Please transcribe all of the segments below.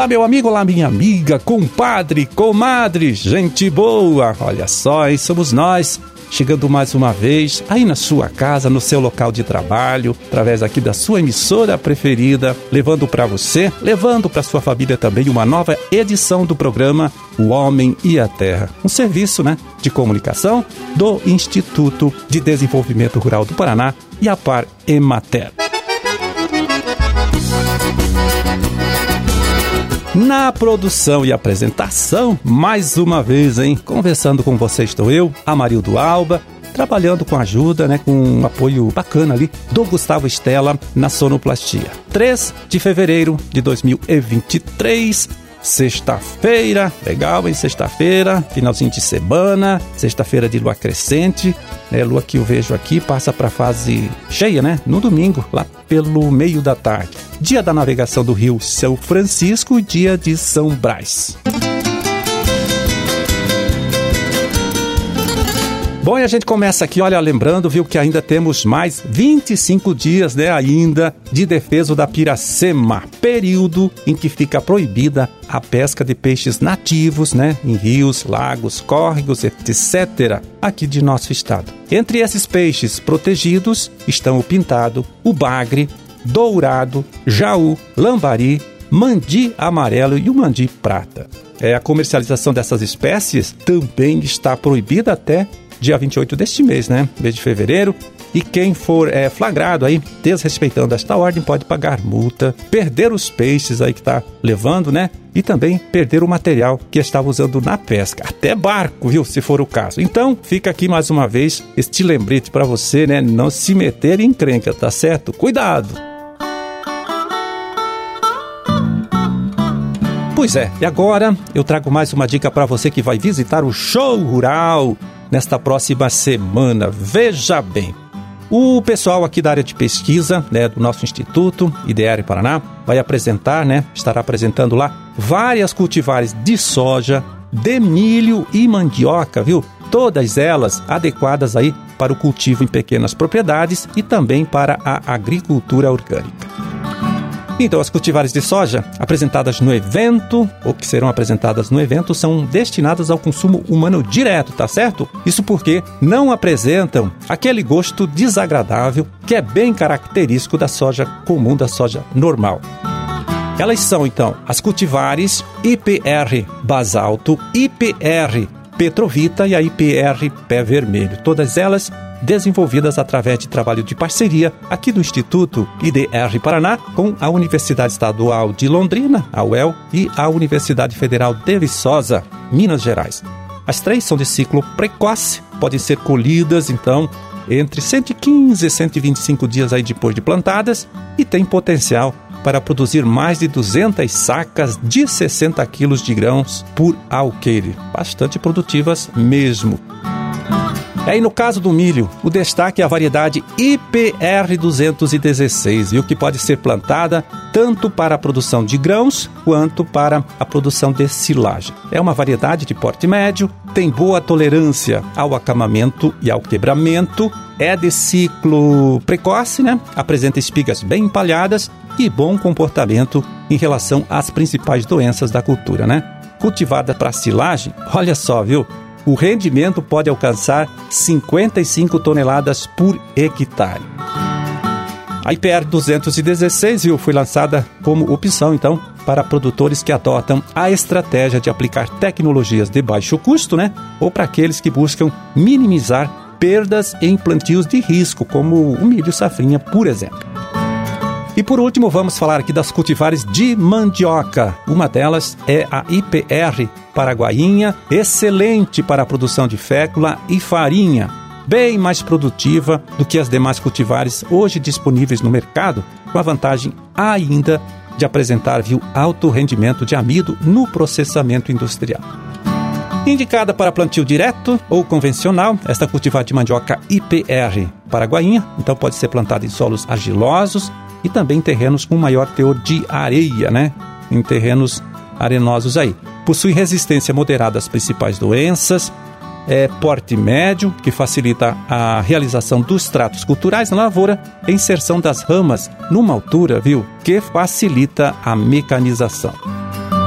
Olá, meu amigo, olá, minha amiga, compadre, comadre, gente boa. Olha só, hein? Somos nós, chegando mais uma vez aí na sua casa, no seu local de trabalho, através aqui da sua emissora preferida, levando para você, levando para sua família também uma nova edição do programa O Homem e a Terra. Um serviço, né, de comunicação do Instituto de Desenvolvimento Rural do Paraná e a Par Emater. Na produção e apresentação, mais uma vez, hein? Conversando com você estou eu, Amarildo Alba, trabalhando com ajuda, né? Com um apoio bacana ali do Gustavo Estela na sonoplastia. 3 de fevereiro de 2023, sexta-feira, legal, hein? Sexta-feira, finalzinho de semana, sexta-feira de lua crescente, né? Lua que eu vejo aqui passa para fase cheia, né? No domingo, lá pelo meio da tarde. Dia da navegação do Rio São Francisco, dia de São Brás. Bom, e a gente começa aqui, olha, lembrando, viu, que ainda temos mais 25 dias, né, ainda, de defeso da Piracema, período em que fica proibida a pesca de peixes nativos, né, em rios, lagos, córregos, etc., aqui de nosso estado. Entre esses peixes protegidos estão o pintado, o bagre, dourado, jaú, lambari, mandi amarelo e o mandi prata. A comercialização dessas espécies também está proibida até dia 28 deste mês, né? Mês de fevereiro. E quem for flagrado aí, desrespeitando esta ordem, pode pagar multa, perder os peixes aí que está levando, né? E também perder o material que estava usando na pesca. Até barco, viu? Se for o caso. Então, fica aqui mais uma vez este lembrete para você, né? Não se meter em encrenca, tá certo? Cuidado! Pois é, e agora eu trago mais uma dica para você que vai visitar o Show Rural nesta próxima semana. Veja bem, o pessoal aqui da área de pesquisa, né, do nosso Instituto IDR Paraná vai apresentar, né, estará apresentando lá várias cultivares de soja, de milho e mandioca, viu? Todas elas adequadas aí para o cultivo em pequenas propriedades e também para a agricultura orgânica. Então, as cultivares de soja apresentadas no evento, ou que serão apresentadas no evento, são destinadas ao consumo humano direto, tá certo? Isso porque não apresentam aquele gosto desagradável que é bem característico da soja comum, da soja normal. Elas são, então, as cultivares IPR Basalto, IPR Petrovita e a IPR Pé Vermelho. Todas elas desenvolvidas através de trabalho de parceria aqui do Instituto IDR Paraná com a Universidade Estadual de Londrina, a UEL, e a Universidade Federal de Viçosa, Minas Gerais. As 3 são de ciclo precoce, podem ser colhidas, então, entre 115 e 125 dias aí depois de plantadas e tem potencial para produzir mais de 200 sacas de 60 quilos de grãos por alqueire. Bastante produtivas mesmo. Aí no caso do milho, o destaque é a variedade IPR 216, viu, que pode ser plantada tanto para a produção de grãos quanto para a produção de silagem. É uma variedade de porte médio, tem boa tolerância ao acamamento e ao quebramento, é de ciclo precoce, né? Apresenta espigas bem empalhadas e bom comportamento em relação às principais doenças da cultura, né? Cultivada para silagem, olha só, viu? O rendimento pode alcançar 55 toneladas por hectare. A IPR 216, viu, foi lançada como opção, então, para produtores que adotam a estratégia de aplicar tecnologias de baixo custo, né? Ou para aqueles que buscam minimizar perdas em plantios de risco, como o milho safrinha, por exemplo. E por último, vamos falar aqui das cultivares de mandioca. Uma delas é a IPR Paraguainha, excelente para a produção de fécula e farinha, bem mais produtiva do que as demais cultivares hoje disponíveis no mercado, com a vantagem ainda de apresentar, viu, alto rendimento de amido no processamento industrial. Indicada para plantio direto ou convencional, esta cultivar de mandioca IPR Paraguainha, então pode ser plantada em solos argilosos e também em terrenos com maior teor de areia, né? Em terrenos arenosos aí. Possui resistência moderada às principais doenças, porte médio, que facilita a realização dos tratos culturais na lavoura, e inserção das ramas numa altura, viu, que facilita a mecanização.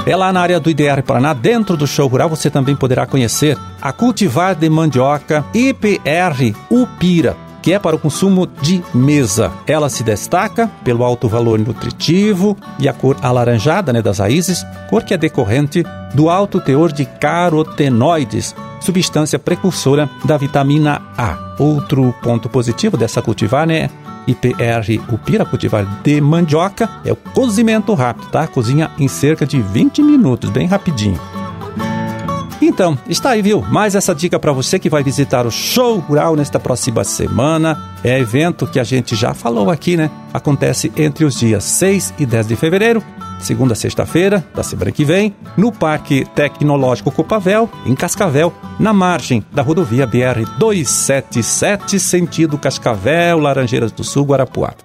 É lá na área do IDR Paraná, dentro do Show Rural, você também poderá conhecer a cultivar de mandioca IPR Upira, que é para o consumo de mesa. Ela se destaca pelo alto valor nutritivo e a cor alaranjada, das raízes, cor que é decorrente do alto teor de carotenoides, substância precursora da vitamina A. Outro ponto positivo dessa cultivar, IPR Upira, cultivar de mandioca, é o cozimento rápido, tá? Cozinha em cerca de 20 minutos, bem rapidinho. Então, está aí, viu? Mais essa dica para você que vai visitar o Show Rural nesta próxima semana. É evento que a gente já falou aqui, Acontece entre os dias 6 e 10 de fevereiro, segunda a sexta-feira da semana que vem, no Parque Tecnológico Copavel, em Cascavel, na margem da rodovia BR-277, sentido Cascavel, Laranjeiras do Sul, Guarapuava.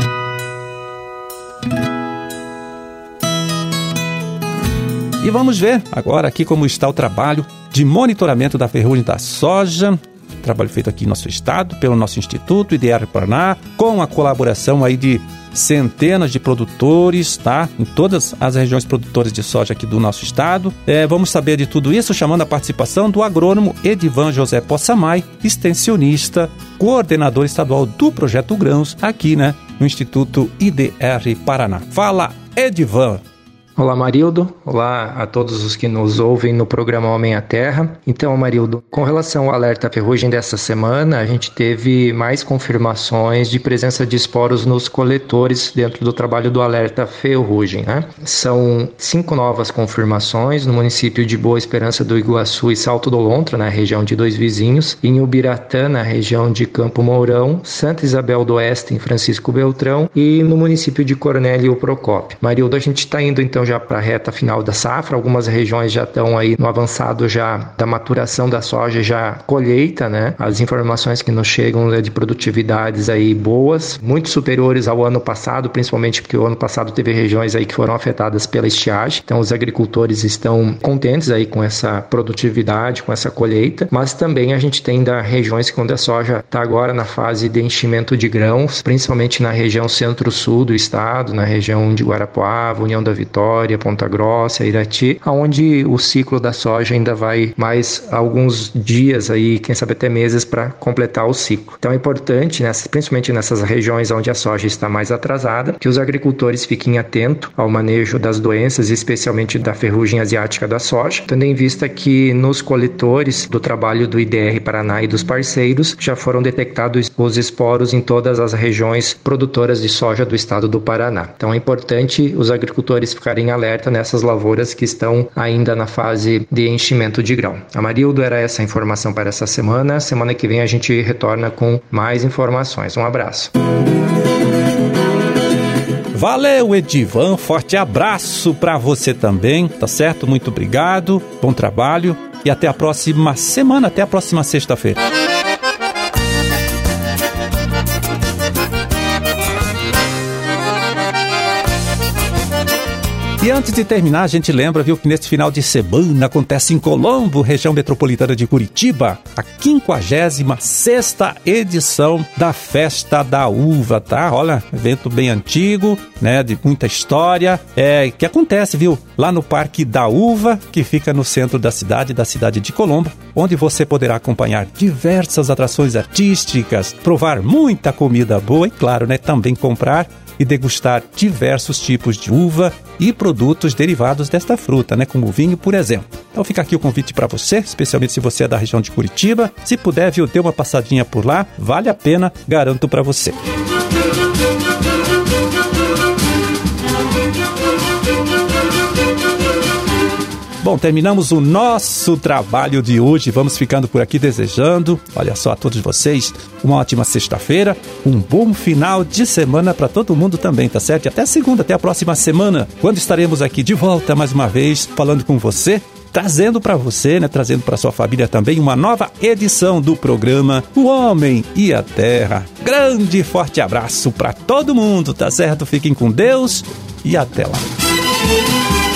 E vamos ver agora aqui como está o trabalho de monitoramento da ferrugem da soja, trabalho feito aqui no nosso estado, pelo nosso Instituto IDR Paraná, com a colaboração aí de centenas de produtores, tá? Em todas as regiões produtoras de soja aqui do nosso estado. Vamos saber de tudo isso chamando a participação do agrônomo Edivan José Possamay, extensionista, coordenador estadual do Projeto Grãos, aqui, no Instituto IDR Paraná. Fala, Edivan! Olá, Marildo. Olá a todos os que nos ouvem no programa Homem à Terra. Então, Marildo, com relação ao alerta ferrugem dessa semana, a gente teve mais confirmações de presença de esporos nos coletores dentro do trabalho do alerta ferrugem, São 5 novas confirmações no município de Boa Esperança do Iguaçu e Salto do Lontra, na região de Dois Vizinhos, em Ubiratã, na região de Campo Mourão, Santa Isabel do Oeste, em Francisco Beltrão, e no município de Cornélio Procópio. Marildo, a gente está indo então já para a reta final da safra, algumas regiões já estão aí no avançado já da maturação da soja, já colheita, As informações que nos chegam de produtividades aí boas, muito superiores ao ano passado, principalmente porque o ano passado teve regiões aí que foram afetadas pela estiagem, então os agricultores estão contentes aí com essa produtividade, com essa colheita, mas também a gente tem regiões onde a soja está agora na fase de enchimento de grãos, principalmente na região centro-sul do estado, na região de Guarapuava, União da Vitória, Ponta Grossa, Irati, onde o ciclo da soja ainda vai mais alguns dias aí, quem sabe até meses, para completar o ciclo. Então é importante, principalmente nessas regiões onde a soja está mais atrasada, que os agricultores fiquem atentos ao manejo das doenças, especialmente da ferrugem asiática da soja, tendo em vista que nos coletores do trabalho do IDR Paraná e dos parceiros já foram detectados os esporos em todas as regiões produtoras de soja do estado do Paraná. Então é importante os agricultores ficarem alerta nessas lavouras que estão ainda na fase de enchimento de grão. Amarildo, era essa a informação para essa semana. Semana que vem a gente retorna com mais informações. Um abraço. Valeu, Edivan. Forte abraço para você também, tá certo? Muito obrigado, bom trabalho e até a próxima semana, até a próxima sexta-feira. E antes de terminar, a gente lembra, que neste final de semana acontece em Colombo, região metropolitana de Curitiba, a 56ª edição da Festa da Uva, tá? Olha, evento bem antigo, de muita história, que acontece, lá no Parque da Uva, que fica no centro da cidade de Colombo, onde você poderá acompanhar diversas atrações artísticas, provar muita comida boa e, claro, também comprar e degustar diversos tipos de uva e produtos derivados desta fruta, como o vinho, por exemplo. Então fica aqui o convite para você, especialmente se você é da região de Curitiba. Se puder, dê uma passadinha por lá, vale a pena, garanto para você. Bom, terminamos o nosso trabalho de hoje. Vamos ficando por aqui desejando, olha só, a todos vocês, uma ótima sexta-feira, um bom final de semana para todo mundo também, tá certo? E até segunda, até a próxima semana, quando estaremos aqui de volta mais uma vez, falando com você, trazendo para você, trazendo para sua família também uma nova edição do programa O Homem e a Terra. Grande e forte abraço para todo mundo, tá certo? Fiquem com Deus e até lá.